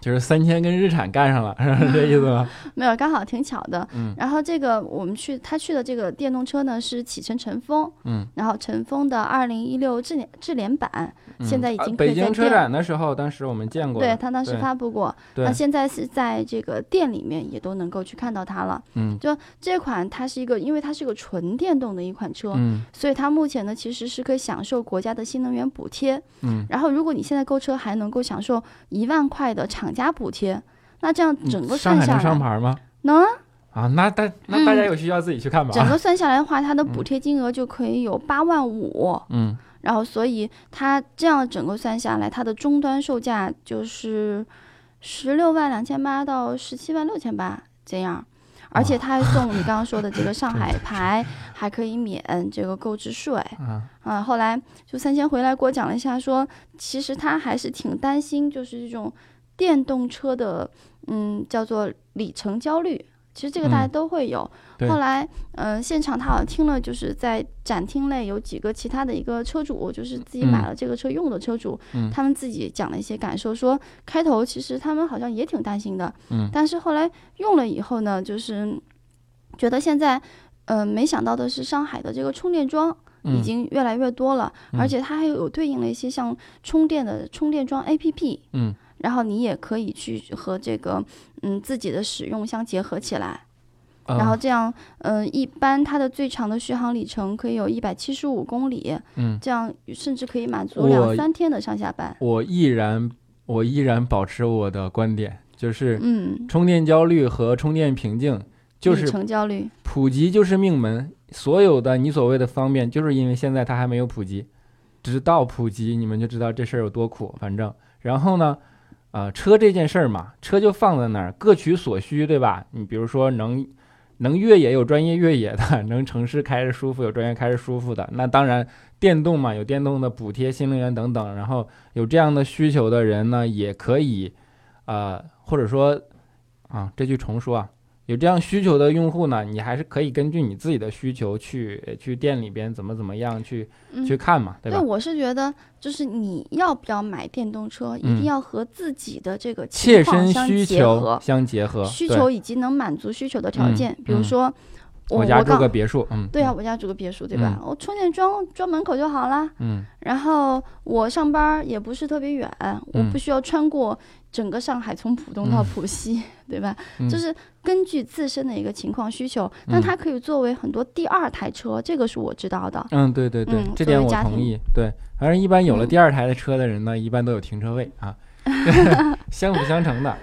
就是三千跟日产干上了，是这意思吗？ 没有，刚好挺巧的。 嗯， 然后这个我们去他去的这个电动车呢是启辰晨风， 嗯， 然后晨风的二零一六智联智联版、 嗯、 现在已经可以在北京车展的时候，当时我们见过， 对他当时发布过， 对， 那现在是在这个店里面也都能够去看到它了。 嗯， 就这款它是一个，因为它是个纯电动的一款车， 嗯， 所以它目前呢其实是可以享受国家的新能源补贴。 嗯， 然后如果你现在购车还能够享受一万块的厂家补贴。那这样整个算下来， 上海能上牌吗？ 能啊！ 啊，那大那大家有需要自己去看吧、 嗯。整个算下来的话，它的补贴金额就可以有八万五。 嗯， 然后所以它这样整个算下来，它的终端售价就是十六万两千八到十七万六千八这样。而且它还送你刚刚说的这个上海牌，还可以免这个购置税。 啊， 啊，后来就三千回来给我讲了一下说，其实他还是挺担心，就是这种电动车的。嗯，叫做里程焦虑，其实这个大家都会有。 嗯、 后来，嗯、呃，现场他好像听了，就是在展厅内有几个其他的一个车主，就是自己买了这个车用的车主， 嗯、 他们自己讲了一些感受，说开头其实他们好像也挺担心的， 嗯， 但是后来用了以后呢，就是觉得现在，呃，没想到的是上海的这个充电桩。已经越来越多了， 嗯、 而且它还有对应了一些像充电的充电桩 A P P， 嗯。 然后你也可以去和这个嗯自己的使用相结合起来， 嗯、 然后这样嗯、呃、一般它的最长的续航里程可以有一百七十五公里， 嗯， 这样甚至可以满足两三天的上下班。 我依然我依然保持我的观点，就是嗯， 充电焦虑和充电瓶颈就是里程焦虑， 普及就是命门，所有的你所谓的方便，就是因为现在它还没有普及，直到普及你们就知道这事儿有多苦。反正然后呢。啊、呃，车这件事儿嘛，车就放在那儿，各取所需，对吧？你比如说能能越野有专业越野的，能城市开着舒服有专业开着舒服的，那当然电动嘛，有电动的补贴、新能源等等，然后有这样的需求的人呢，也可以，呃，或者说啊，这句重说啊，有这样需求的用户呢，你还是可以根据你自己的需求去去店里边怎么怎么样去、嗯、去看嘛，对吧？ 对，我是觉得就是你要不要买电动车， 嗯、 一定要和自己的这个情况相结合， 相结合， 需求以及能满足需求的条件， 嗯、 比如说。 嗯我, 我家住个别墅，嗯， 对啊，我家住个别墅，对吧？ 嗯、 我充电桩装门口就好啦。 嗯， 然后我上班也不是特别远， 嗯、 我不需要穿过整个上海，从浦东到浦西，嗯、对吧？ 嗯、 就是根据自身的一个情况需求，但它可以作为很多第二台车，这个是我知道的。 嗯，对对对， 嗯、 这点我同意。对，反正一般有了第二台的车的人呢，嗯、一般都有停车位啊，相辅相成的。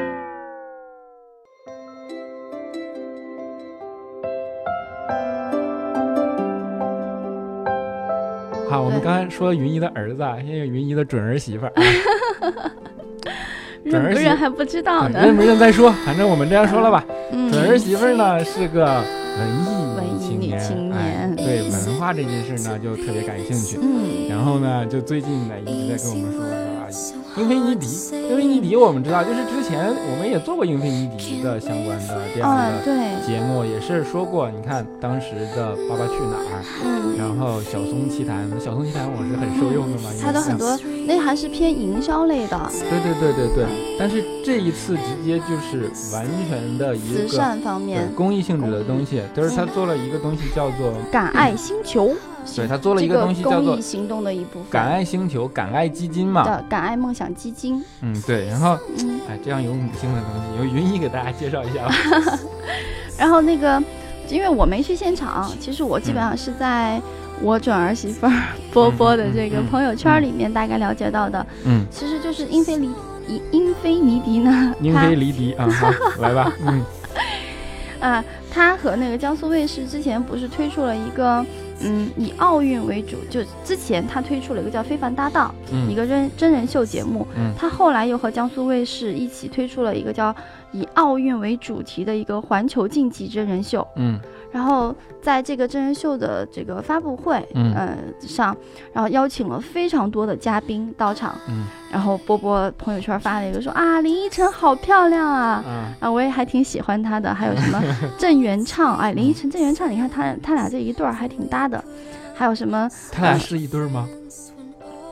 好，我们刚才说云姨的儿子啊，现在云姨的准儿媳妇儿、啊， 认不认还不知道呢， 认不认再说，反正我们这样说了吧。 嗯、 准儿媳妇儿呢是个文艺文艺女青年， 哎、对文化这件事呢就特别感兴趣。 嗯， 然后呢，就最近呢一直在跟我们说说啊，英菲尼迪，英菲尼迪我们知道，就是之前我们也做过英菲尼迪的相关的这样的节目， 哦、 也是说过，你看当时的《爸爸去哪儿》， 嗯，然后小松奇谈，小松奇谈我是很受用的嘛， 它的很多那还是偏营销类的， 对对对对对，但是这一次直接就是完全的一个慈善方面公益性质的东西，就是他做了一个东西叫做感爱星球。 对，他做了一个东西叫做公益行动的一部分， 感爱星球、感爱基金嘛， 的感爱梦想基金。 嗯，对。然后， 嗯， 哎，这样有母性的东西，由云姨给大家介绍一下吧。 然后那个，因为我没去现场，其实我基本上是在我准儿媳妇儿波波的这个朋友圈里面大概了解到的。 嗯， 其实就是英菲尼英菲尼迪呢， 英菲尼迪啊，好，来吧，嗯， 啊，他和那个江苏卫视之前不是推出了一个。嗯，以奥运为主，就之前他推出了一个叫《非凡搭档》， 嗯、 一个真真人秀节目。 嗯， 他后来又和江苏卫视一起推出了一个叫以奥运为主题的一个环球竞技真人秀。 嗯， 然后在这个真人秀的这个发布会， 嗯、 呃上，然后邀请了非常多的嘉宾到场。 嗯， 然后波波朋友圈发了一个说啊，林依晨好漂亮啊， 嗯、 啊，我也还挺喜欢她的。还有什么郑元畅，哎，林依晨、郑元畅，你看他他俩这一对儿还挺搭的。还有什么？ 他俩是一对吗？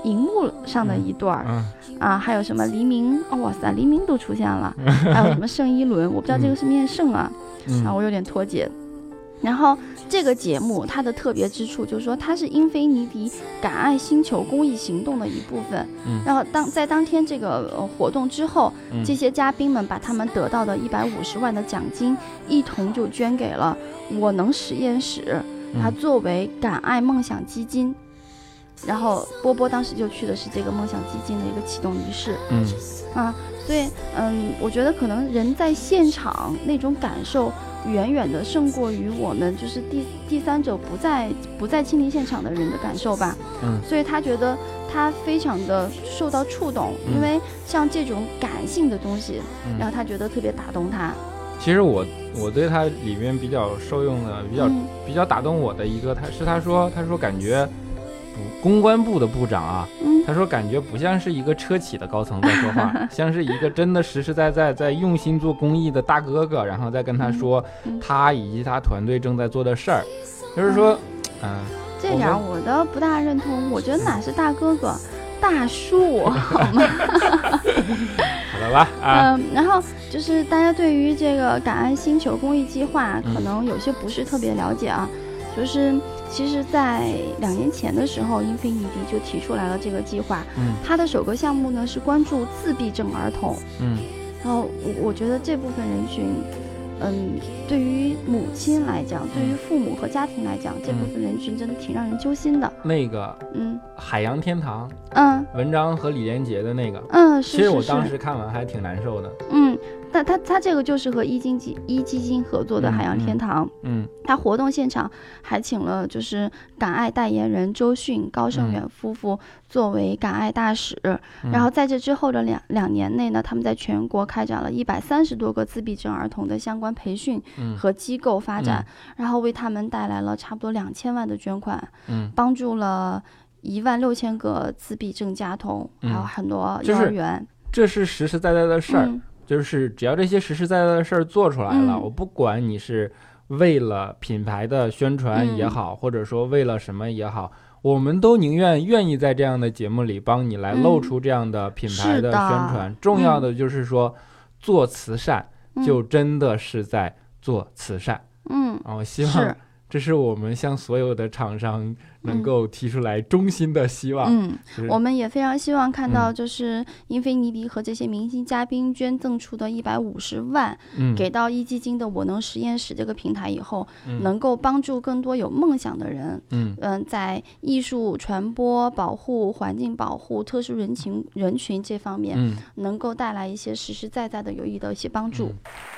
荧幕上的一段儿、 嗯嗯、啊，还有什么黎明，哦哇塞，黎明都出现了，还有什么盛一伦，我不知道这个是念盛啊， 嗯、 啊，我有点脱节。然后这个节目它的特别之处就是说，它是英菲尼迪敢爱星球公益行动的一部分。 嗯， 然后当在当天这个、呃、活动之后、 嗯， 这些嘉宾们把他们得到的一百五十万的奖金一同就捐给了我能实验室，它作为敢爱梦想基金。然后波波当时就去的是这个梦想基金的一个启动仪式。 嗯啊，所以嗯，我觉得可能人在现场那种感受远远的胜过于我们就是第第三者不在不在亲临现场的人的感受吧。 嗯， 所以他觉得他非常的受到触动， 嗯、 因为像这种感性的东西， 嗯、 然后他觉得特别打动他。 其实我我对他里面比较受用的比较、 嗯、 比较打动我的一个，他是他说他说感觉公关部的部长啊， 嗯、 他说感觉不像是一个车企的高层在说话，像是一个真的实实在在在用心做公益的大哥哥，然后再跟他说、 嗯、 他以及他团队正在做的事儿，就是说，嗯、呃， 这点我倒不大认同，我觉得哪是大哥哥，大叔，好吗？ 好的吧，啊， 嗯，然后就是大家对于这个感恩星球公益计划，可能有些不是特别了解啊。嗯就是其实在两年前的时候，英菲尼迪就提出来了这个计划。 嗯， 它的首个项目呢是关注自闭症儿童。 嗯， 然后我我觉得这部分人群，嗯，对于母亲来讲，对于父母和家庭来讲，嗯、这部分人群真的挺让人揪心的。 那个， 嗯， 海洋天堂， 嗯， 文章和李连杰的那个， 嗯，是是是。 其实我当时看完还挺难受的。 嗯。但他他这个就是和一基金一基金合作的海洋天堂， 嗯，他、 嗯、活动现场还请了就是感爱代言人周迅、高胜远夫妇作为感爱大使，嗯、然后在这之后的两两年内呢，他们在全国开展了一百三十多个自闭症儿童的相关培训和机构发展，嗯、然后为他们带来了差不多两千万的捐款， 嗯， 帮助了一万六千个自闭症家童，嗯、还有很多幼儿园， 就是、这是实实在在的事儿。 嗯， 就是只要这些实实在在的事儿做出来了、嗯，我不管你是为了品牌的宣传也好、嗯，或者说为了什么也好，我们都宁愿愿意在这样的节目里帮你来露出这样的品牌的宣传。嗯、重要的就是说、嗯，做慈善就真的是在做慈善。嗯，啊，我希望这是我们向所有的厂商能够提出来衷心的希望。 嗯，就是、我们也非常希望看到，就是英菲尼迪和这些明星嘉宾捐赠出的一百五十万，嗯，给到一基金的我能实验室这个平台以后，嗯、能够帮助更多有梦想的人，嗯嗯、呃，在艺术传播、保护环境保护、特殊人群人群这方面，嗯，能够带来一些实实在在的有益的一些帮助。嗯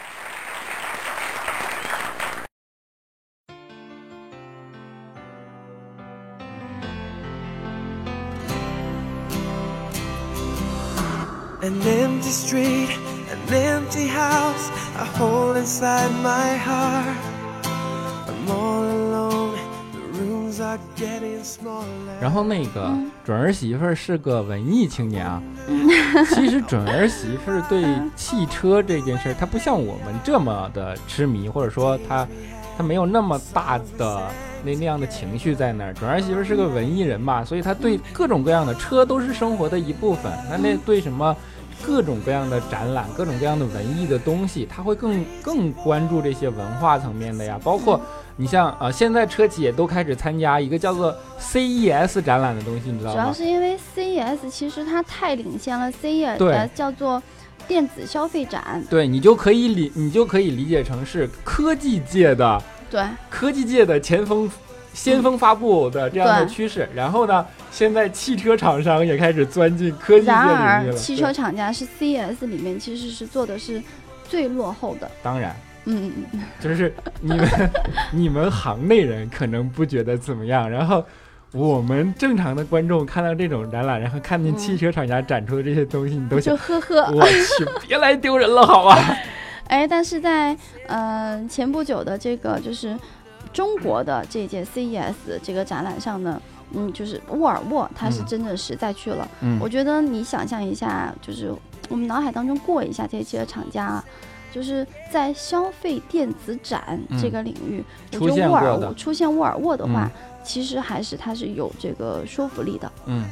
An empty street, an empty house, a hole inside my heart. I'm all alone, the rooms are getting smaller. 然后那个准儿媳妇是个文艺青年啊。其实准儿媳妇对汽车这件事，她不像我们这么的痴迷，或者说她她没有那么大的那那样的情绪在那儿。准儿媳妇是个文艺人嘛，所以她对各种各样的车都是生活的一部分。那那对什么？各种各样的展览，各种各样的文艺的东西，他会更更关注这些文化层面的呀。包括你像呃，现在车企也都开始参加一个叫做 C E S 展览的东西，你知道吗？ 主要是因为 C E S 其实它太领先了 ，C E S 叫做电子消费展。 对，你就可以理你就可以理解成是科技界的对科技界的前锋。先锋发布的这样的趋势、嗯、然后呢现在汽车厂商也开始钻进科技界领域了。 然而汽车厂家是 C E S 里面其实是做的是最落后的。 当然嗯就是你们你们行内人可能不觉得怎么样，然后我们正常的观众看到这种展览，然后看见汽车厂家展出的这些东西、嗯、你都想就呵呵我去别来丢人了好吧。 哎，但是在呃前不久的这个就是中国的这届 C E S 这个展览上呢，嗯，就是沃尔沃，它是真的实在去了。嗯，我觉得你想象一下，就是我们脑海当中过一下这些厂家啊，就是在消费电子展这个领域， 嗯、 我觉得沃尔沃出现沃尔沃的话、嗯，其实还是它是有这个说服力的。 嗯，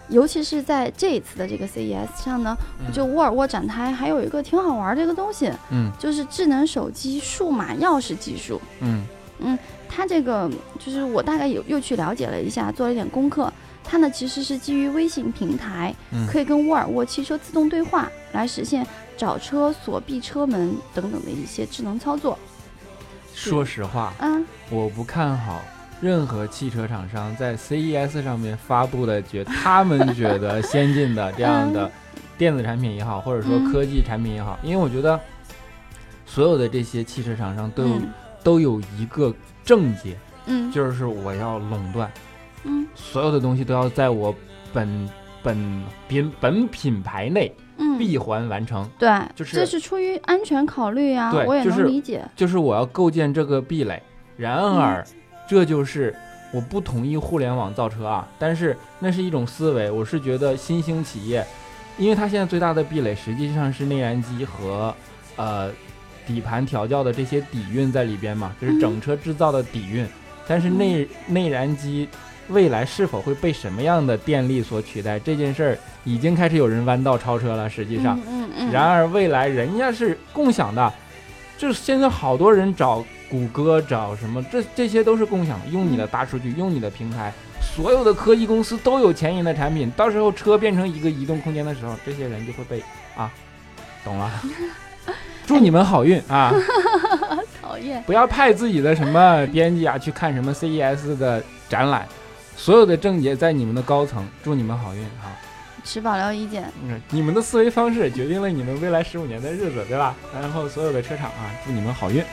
尤其是在这一次的这个 C E S 上呢， 嗯、 就沃尔沃展台还有一个挺好玩的一个东西， 嗯， 就是智能手机数码钥匙技术。 嗯嗯，它这个就是我大概有又去了解了一下，做了一点功课。它呢其实是基于微信平台， 嗯、 可以跟沃尔沃汽车自动对话，来实现找车、锁闭车门等等的一些智能操作。 说实话， 嗯， 我不看好任何汽车厂商在 C E S 上面发布的觉他们觉得先进的这样的电子产品也好，或者说科技产品也好，因为我觉得所有的这些汽车厂商都有、嗯、都有一个症结， 嗯， 就是我要垄断， 嗯， 所有的东西都要在我本本品本品牌内。 嗯， 闭环完成， 对， 就是这是出于安全考虑啊， 对， 我也能理解。 就是、就是我要构建这个壁垒，然而、嗯、这就是我不同意互联网造车啊，但是那是一种思维，我是觉得新兴企业，因为它现在最大的壁垒实际上是内燃机和呃底盘调教的这些底蕴在里边嘛，就是整车制造的底蕴，嗯、但是内、嗯、内燃机。未来是否会被什么样的电力所取代？这件事儿已经开始有人弯道超车了。实际上， 嗯嗯嗯、 然而未来人家是共享的，就是现在好多人找谷歌找什么，这这些都是共享的，用你的大数据，用你的平台，所有的科技公司都有前沿的产品。到时候车变成一个移动空间的时候，这些人就会被啊，懂了。祝你们好运啊！ 讨厌， 不要派自己的什么编辑啊去看什么 C E S 的展览。所有的症结在你们的高层，祝你们好运哈！ 持保留意见。 嗯，你们的思维方式决定了你们未来十五年的日子，对吧？然后所有的车厂啊，祝你们好运。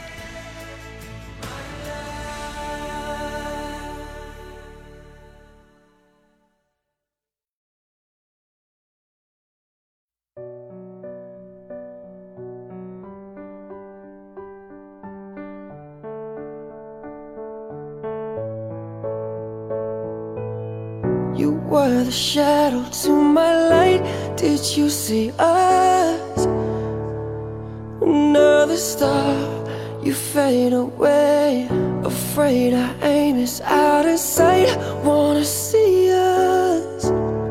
You were the shadow to my light. Did you see us? Another star, you fade away. Afraid our aim is out of sight. Wanna see us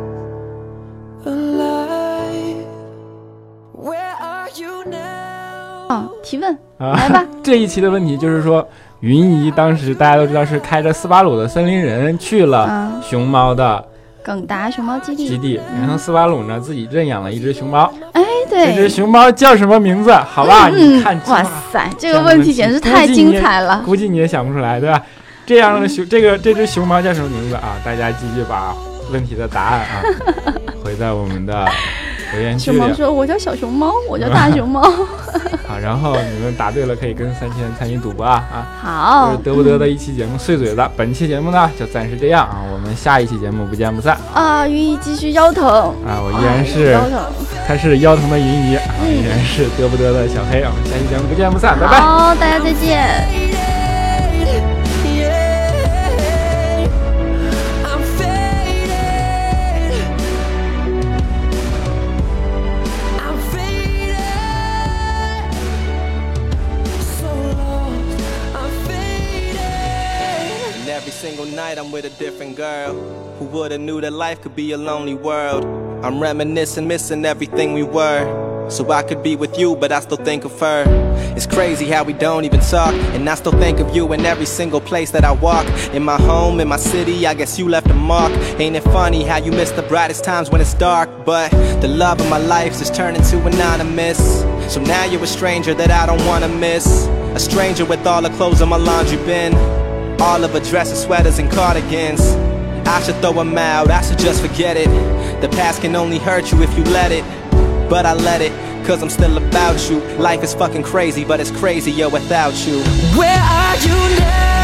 alive. Where are you now? 啊，提问， 啊、 来吧。 这一期的问题就是说。云姨当时大家都知道是开着斯巴鲁的森林人去了熊猫的耿达熊猫基地， 基地，然后斯巴鲁呢自己认养了一只熊猫。 哎，对， 这只熊猫叫什么名字？好吧， 嗯、 你看， 哇塞，这个问题简直太精彩了， 估计你也想不出来，对吧？这样的熊，这个这只熊猫叫什么名字啊？大家继续把问题的答案啊回在我们的留言区里。 熊猫说：“我叫小熊猫，我叫大熊猫。” 好，然后你们答对了可以跟三千参与赌博啊啊！ 好， 就是得不得的一期节目碎嘴的，本期节目呢就暂时这样啊，我们下一期节目不见不散啊！云姨继续腰疼啊，我依然是腰疼，他是腰疼的云姨，啊，依然是得不得的小黑，我们下期节目不见不散，拜拜！ 好，大家再见。 Every single night I'm with a different girl. Who would've knew that life could be a lonely world? I'm reminiscing, missing everything we were. So I could be with you, but I still think of her. It's crazy how we don't even talk, and I still think of you in every single place that I walk. In my home, in my city, I guess you left a mark. Ain't it funny how you miss the brightest times when it's dark? But the love of my life just turned into anonymous. So now you're a stranger that I don't wanna miss. A stranger with all the clothes on my laundry bin. All of her dresses, sweaters, and cardigans. I should throw them out, I should just forget it. The past can only hurt you if you let it. But I let it, cause I'm still about you. Life is fucking crazy, but it's crazier without you. Where are you now?